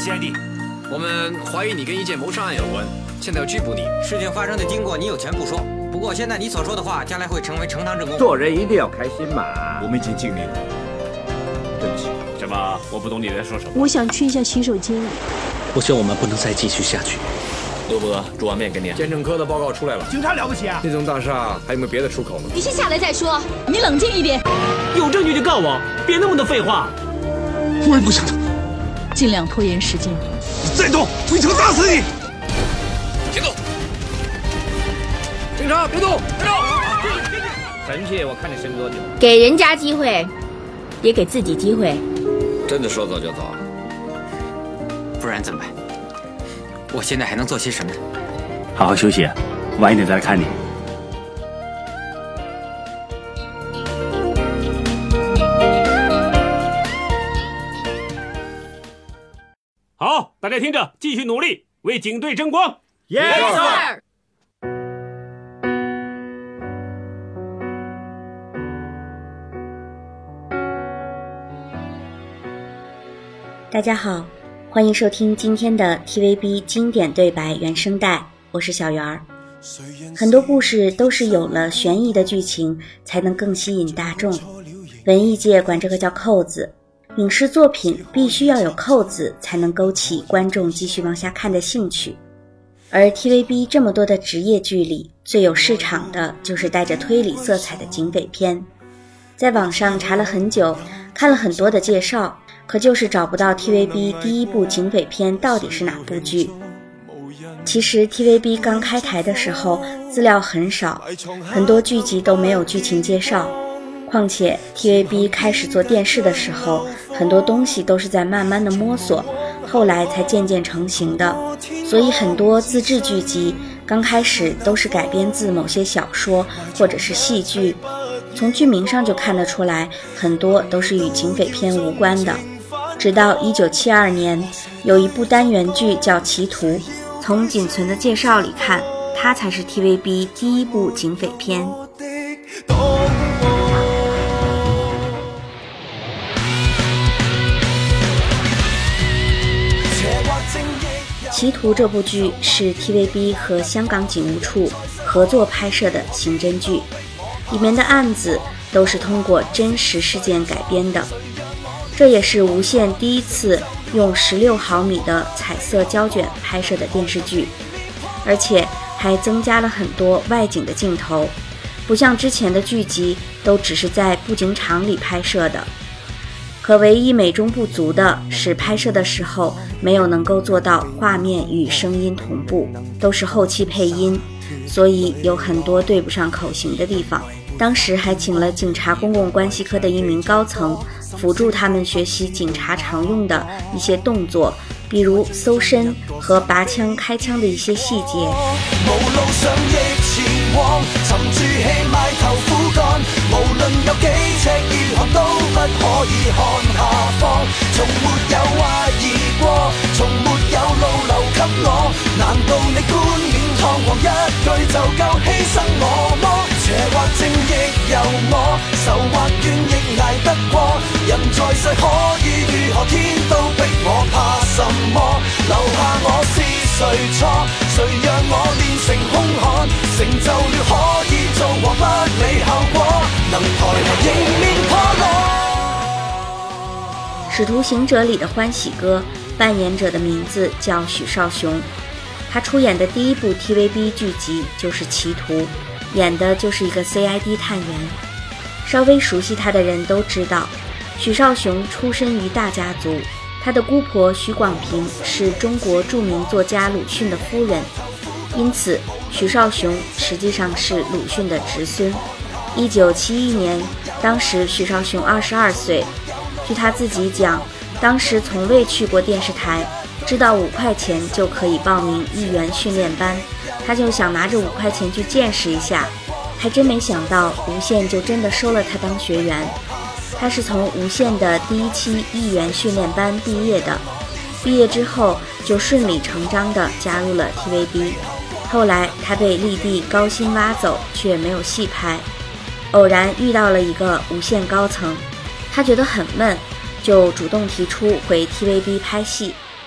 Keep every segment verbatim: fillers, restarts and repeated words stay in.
C I D， 我们怀疑你跟一件谋杀案有关，现在要拘捕你。 事情发生的经过你有权不说，不过现在你所说的话将来会成为呈堂证供。 做人一定要开心嘛。 我们已经尽力了。对不起。 什么？我不懂你在说什么。 我想去一下洗手间。 我想我们不能再继续下去。 陆伯，煮碗面给你。 鉴证科的报告出来了。 警察了不起啊！ 那栋大厦还有没有别的出口呢？ 你先下来再说。你冷静一点。 有证据就告我，别那么多废话。 我也不想动。 尽量拖延时间。 你再动，推车打死你！ 别动！警察，别动！别动！ 臣妾，我看你撑多久？ 给人家机会，也给自己机会。 真的说走就走？ 不然怎么办？我现在还能做些什么？ 好好休息，晚一点再来看你。好，大家听着，继续努力，为警队争光。 Yes sir。 大家好，欢迎收听今天的 T V B 经典对白原声带，我是小圆儿。很多故事都是有了悬疑的剧情才能更吸引大众，文艺界管这个叫扣子，影视作品必须要有扣子才能勾起观众继续往下看的兴趣。而 T V B 这么多的职业剧里，最有市场的就是带着推理色彩的警匪片。在网上查了很久，看了很多的介绍，可就是找不到 T V B 第一部警匪片到底是哪部剧。其实 T V B 刚开台的时候资料很少，很多剧集都没有剧情介绍，况且 T V B 开始做电视的时候，很多东西都是在慢慢的摸索，后来才渐渐成型的。所以很多自制剧集刚开始都是改编自某些小说或者是戏剧，从剧名上就看得出来，很多都是与警匪片无关的。直到一九七二年，有一部单元剧叫《歧途》，从仅存的介绍里看，它才是 T V B 第一部警匪片。《歧途》这部剧是 T V B 和香港警务处合作拍摄的刑侦剧，里面的案子都是通过真实事件改编的。这也是无线第一次用十六毫米的彩色胶卷拍摄的电视剧，而且还增加了很多外景的镜头，不像之前的剧集都只是在布景场里拍摄的。可唯一美中不足的是拍摄的时候没有能够做到画面与声音同步，都是后期配音，所以有很多对不上口型的地方。当时还请了警察公共关系科的一名高层辅助他们学习警察常用的一些动作，比如搜身和拔枪开枪的一些细节。沉住氣埋頭苦幹，無論有幾尺如何都不可以看下方，從沒有懷疑過，從沒有路留給我，難道你冠冕堂皇一句就夠犧牲我麼？邪或正亦由我，仇或怨亦捱得過，人在世可以如何，天都逼我怕什麼？留下我是誰錯，誰讓我練成兇悍，成就了可以做和不理後果，能抬頭迎面破落。使徒行者里的歡喜哥扮演者的名字叫許紹雄，他出演的第一部 T V B 剧集就是《歧途》，演的就是一个 C I D 探员。稍微熟悉他的人都知道，許紹雄出身于大家族，他的姑婆许广平是中国著名作家鲁迅的夫人，因此許紹雄实际上是鲁迅的侄孙。一九七一年，当时許紹雄二十二岁，据他自己讲，当时从未去过电视台，知道五块钱就可以报名艺员训练班，他就想拿着五块钱去见识一下，还真没想到无线就真的收了他当学员。他是从无线的第一期艺员训练班毕业的，毕业之后就顺理成章地加入了 T V B。 后来他被立地高薪挖走，却没有戏拍，偶然遇到了一个无线高层，他觉得很闷，就主动提出回 T V B 拍戏。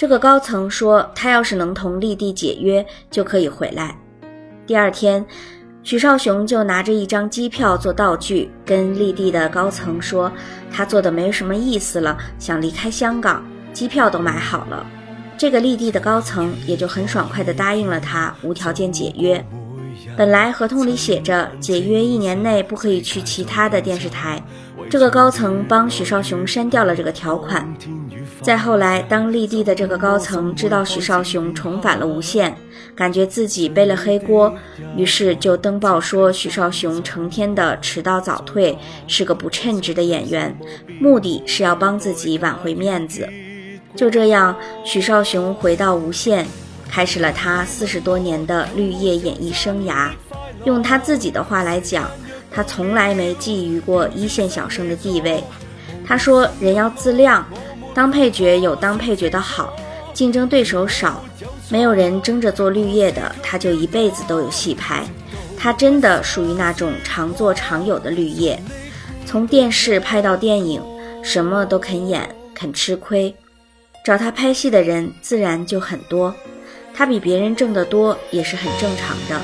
这个高层说他要是能同丽帝解约就可以回来。第二天，许绍雄就拿着一张机票做道具，跟丽帝的高层说他做的没什么意思了，想离开香港，机票都买好了。这个丽帝的高层也就很爽快地答应了他无条件解约。本来合同里写着解约一年内不可以去其他的电视台，这个高层帮许绍雄删掉了这个条款。再后来，当丽帝的这个高层知道许绍雄重返了无线，感觉自己背了黑锅，于是就登报说许绍雄成天的迟到早退，是个不称职的演员，目的是要帮自己挽回面子。就这样，许绍雄回到无线，开始了他四十多年的绿叶演艺生涯。用他自己的话来讲，他从来没觊觎过一线小生的地位。他说人要自量，当配角有当配角的好，竞争对手少，没有人争着做绿叶的，他就一辈子都有戏拍。他真的属于那种常做常有的绿叶，从电视拍到电影，什么都肯演，肯吃亏。找他拍戏的人自然就很多，他比别人挣得多也是很正常的。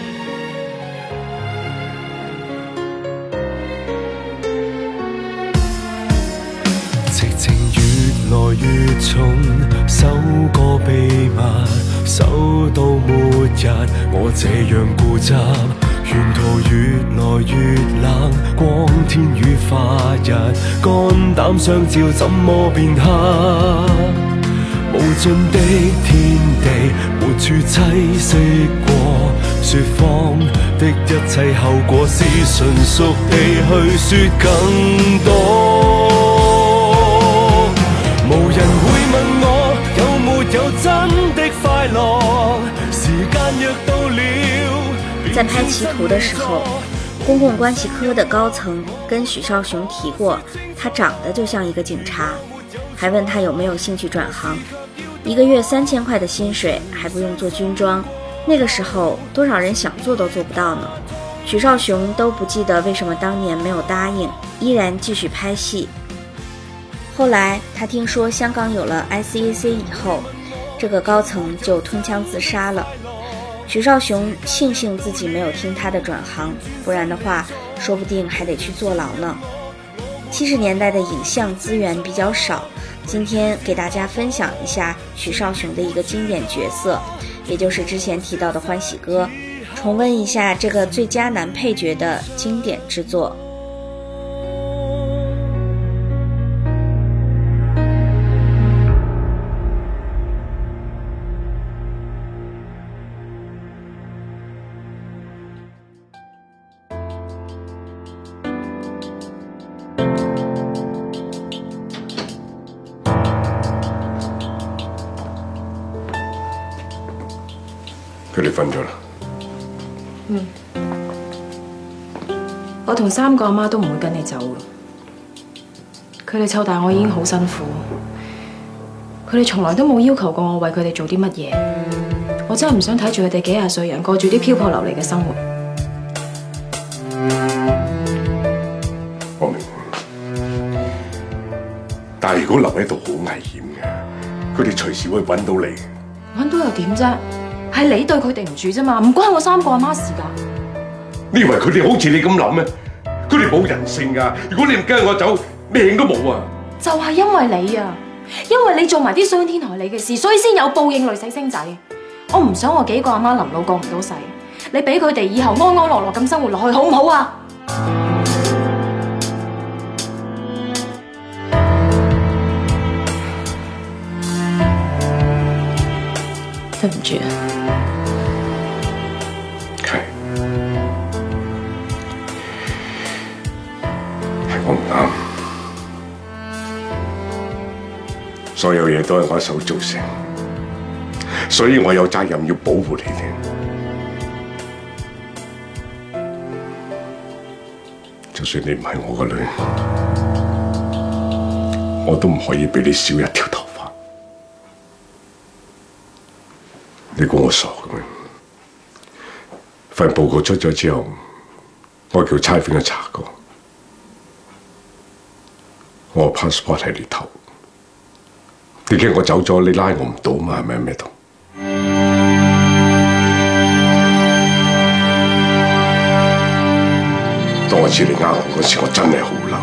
直情越來越重，收個秘密，收到末日，我這樣固執，沿途越來越冷，光天與化日，肝膽相照怎麼變黑？無盡的天地，沒處棲息過，說謊的一切後果是純屬地去說更多。無人會問我有沒有真的快樂，時間若到了。 在拍《歧途》的時候，公共關係科的高層跟許紹雄提過，他長得就像一個警察，還問他有沒有興趣轉行。一個月三千塊的薪水，還不用做軍裝，那個時候多少人想做都做不到呢。許紹雄都不記得為什麼當年沒有答應，依然繼續拍戲。後來他聽說香港有了 I C A C 以後，這個高層就吞槍自殺了。許紹雄慶幸自己沒有聽他的轉行，不然的話說不定還得去坐牢呢。七十年代的影像資源比較少，今天給大家分享一下許紹雄的一個經典角色，也就是之前提到的歡喜哥，重溫一下這個最佳男配角的經典之作。 佢哋瞓咗啦。 嗯，我同三個阿媽都唔會跟你走咯。佢哋湊大我已經好辛苦，佢哋從來都冇要求過我為佢哋做啲乜嘢。我真係唔想睇住佢哋幾廿歲人過住啲漂泊流離嘅生活。 我明，但係如果留喺度好危險嘅，佢哋隨時會揾到你。 揾到又點啫？係你對佢哋唔住啫嘛，唔關我三個阿媽事㗎。 你以為佢哋好似你咁諗咩？佢哋冇人性㗎！如果你唔跟我走，命都冇啊！ 就係因為你啊，因為你做埋啲傷天害理嘅事，所以先有報應累死星仔。我唔想我幾個阿媽臨老過唔到世，你俾佢哋以後安安樂樂咁生活落去，好唔好啊？對唔住啊。 我唔啱，所有嘢都係我一手造成，所以我有責任要保護你哋。就算你唔係我個女，我都唔可以俾你少一條頭髮。你估我傻嘅咩？份報告出咗之後，我叫差館去查過。我 passport 喺你頭， 你驚我走咗，你拉我唔到嘛？係咪咩同？當我知你呃我嗰時，我真係好嬲。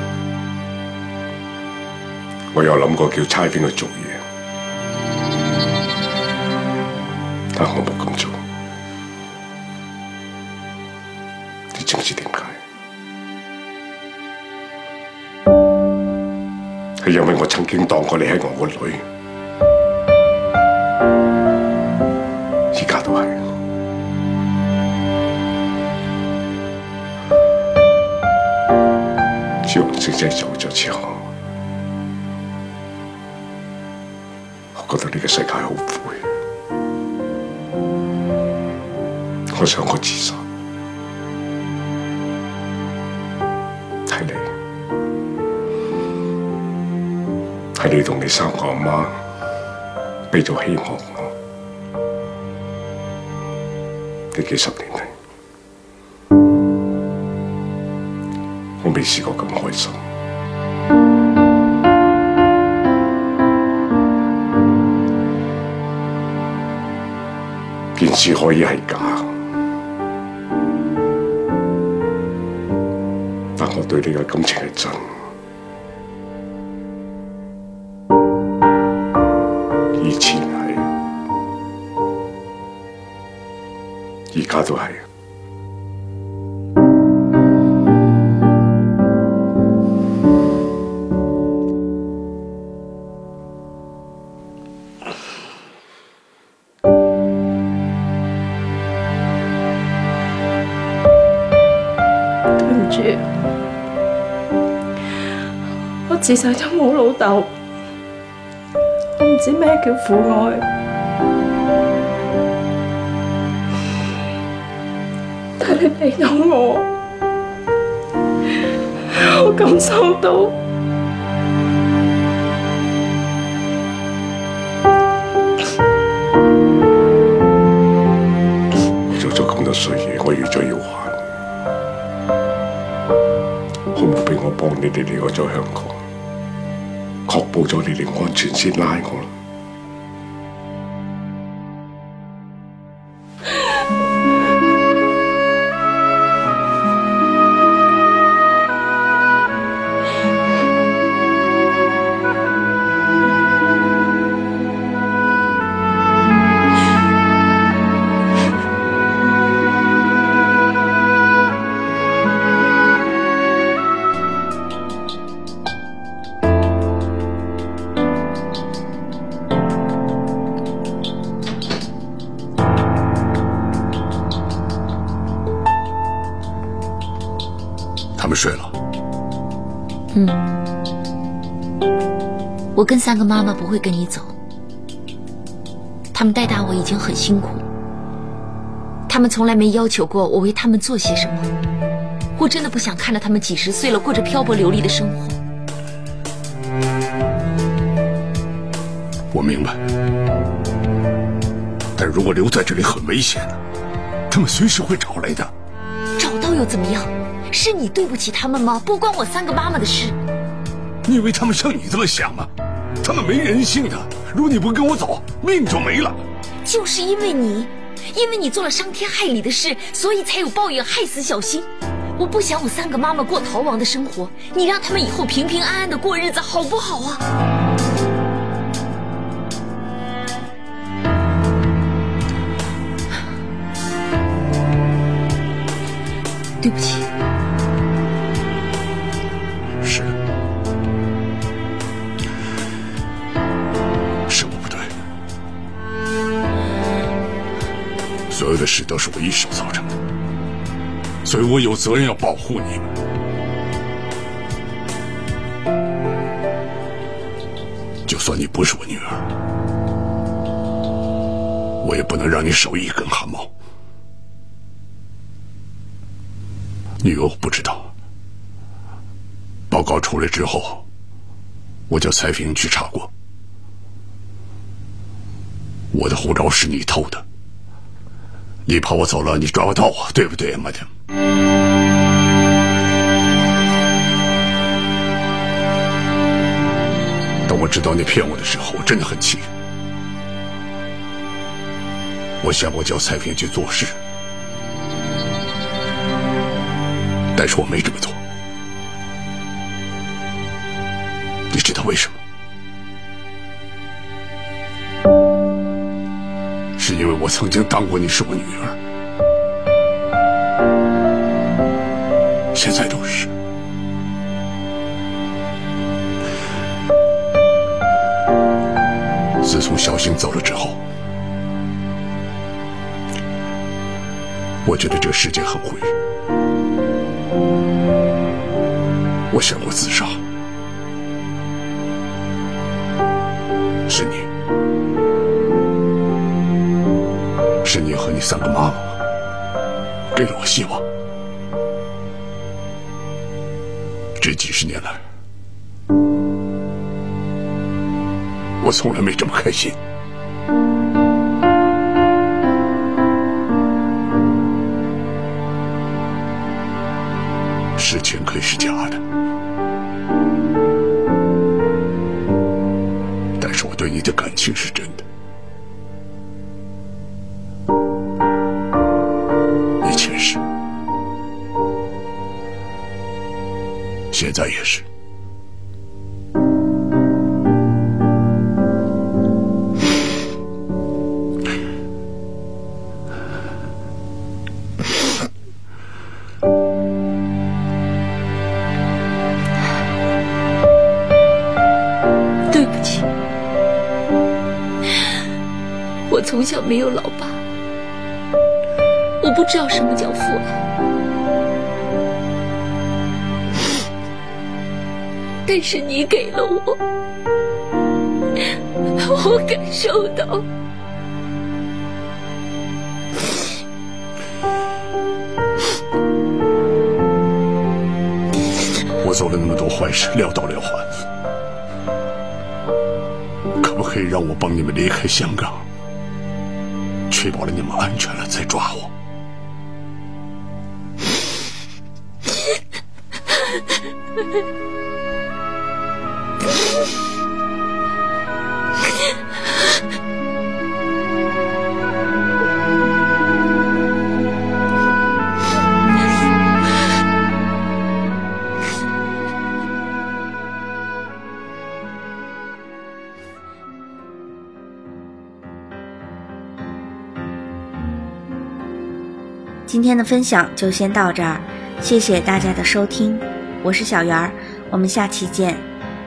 我有諗過叫差兵去做嘢，但我冇咁做。你知唔知點解？係因為我曾經當過你係我個女，而家都係。自從姐姐走咗之後，我覺得呢個世界好灰，我想過自殺。係你，係你同你三個阿媽俾咗希望我，呢幾十年嚟，我未試過咁開心。件事可以係假，但我對你嘅感情係真。以前係，而家都係。 我自細都冇老豆，我唔知咩叫父愛，但你俾到我，我感受到。 我做咗咁多衰嘢，我預咗要還。好唔好俾我幫你哋離開咗香港，確保咗你哋安全先拉我啦。 他们睡了。 嗯，我跟三个妈妈不会跟你走，他们带大我已经很辛苦，他们从来没要求过我为他们做些什么。我真的不想看着他们几十岁了过着漂泊流离的生活。 我明白，但如果留在这里很危险的，他们随时会找来的。 找到又怎么样？是你对不起他们吗？不关我三个妈妈的事。 你以为他们像你这么想吗？他们没人性的。如果你不跟我走，命就没了。 就是因为你，因为你做了伤天害理的事，所以才有报应害死小新。我不想我三个妈妈过逃亡的生活，你让他们以后平平安安的过日子，好不好啊？对不起。 是的，是我不对，所有的事都是我一手造成的，所以我有责任要保护你们。就算你不是我女儿，我也不能让你少一根汗毛。女儿不知道，报告出来之后，我叫蔡飞去查过，我的护照是你偷的，你怕我走了，你抓不到我，对不对 ，Madam？ 等我我知道你骗我的时候，我真的很气。我想我叫蔡平去做事，但是我没这么做。你知道为什么？是因为我曾经当过你是我女儿，现在都是。自从小星走了之后，我觉得这个世界很灰，我想过自杀。是你，是你和你三个妈妈给了我希望。这几十年来，我从来没这么开心。事情可以是假的，但是我对你的感情是真的。以前是，现在也是。 我从小没有老爸，我不知道什么叫父爱，但是你给了我，我感受到。 我做了那么多坏事，撂倒了还，可不可以让我帮你们离开香港？确保了你们安全了再抓我。 今天的分享就先到这儿，谢谢大家的收听，我是小圆儿，我们下期见。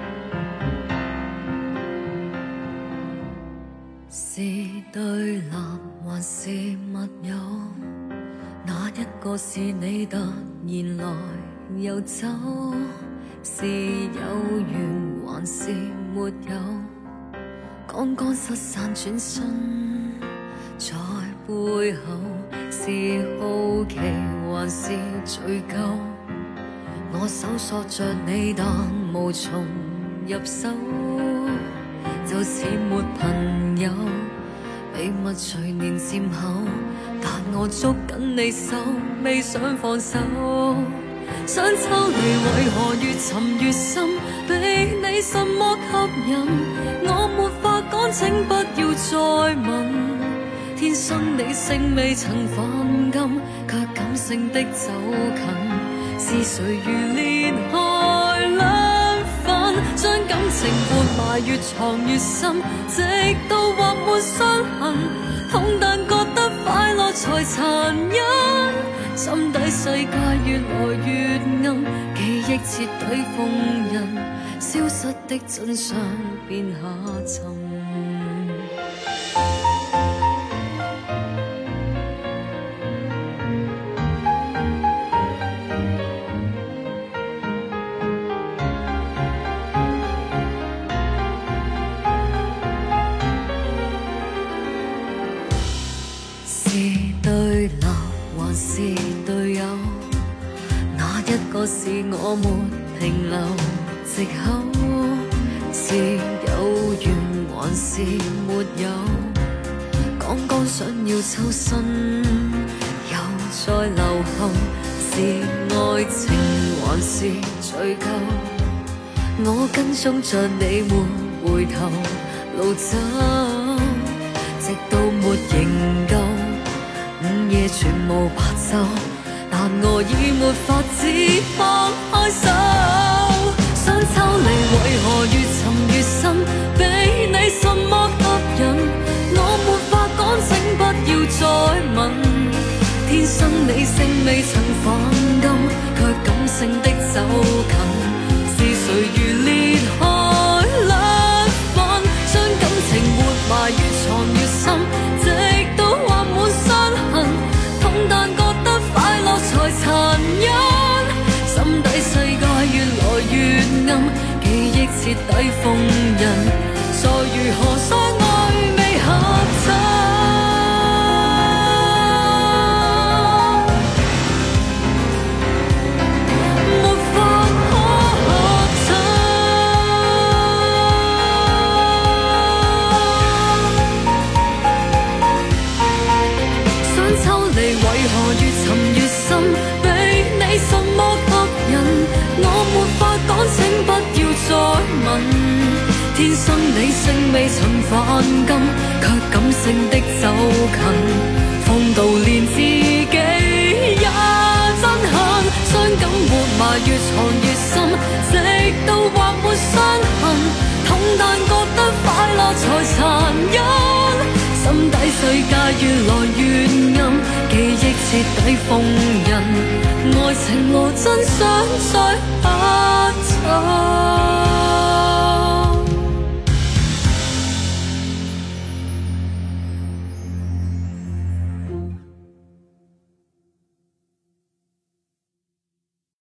是對立還是密友？哪一個是你突然來又走？是有緣還是沒有？剛剛失散轉身在背後。是好奇還是罪疚？我搜索着你，但無從入手，就似沒朋友。秘密隨年漸厚，但我捉緊你手，未想放手。想抽離為何越沉越深？被你什麼吸引？我沒法講，請不要再問。天生理性未曾犯禁，卻感性的走近。是誰如裂開兩份，將感情活埋越藏越深，直到劃沒傷痕。痛但覺得快樂才殘忍，心底世界越來越暗，記憶徹底封印，消失的真相變下沉。是我沒停留藉口，是有緣還是沒有？剛剛想要抽身，又再留後，是愛情還是罪疚？我跟蹤着你沒回回頭路走，直到沒營救，午夜全無白晝，但我已沒法子放開手。想抽離為何越沉越深，比你什麼吸引，我沒法趕，請不要再問。天生理性未曾反感，卻感性的走近，是誰如裂開兩份，將感情活埋越藏越深，直到畫滿傷痕，痛但覺得快樂才殘忍，心底世界越來越暗，記憶徹底封印，再如何相愛未合襯。請不要再問，天生理性未曾反感，卻感性的走近，瘋到連自己也憎恨，傷感活埋越藏越深，直到畫滿傷痕，痛但覺得快樂才殘忍，心底世界越來越暗，記憶徹底封印，愛情和真相再不襯。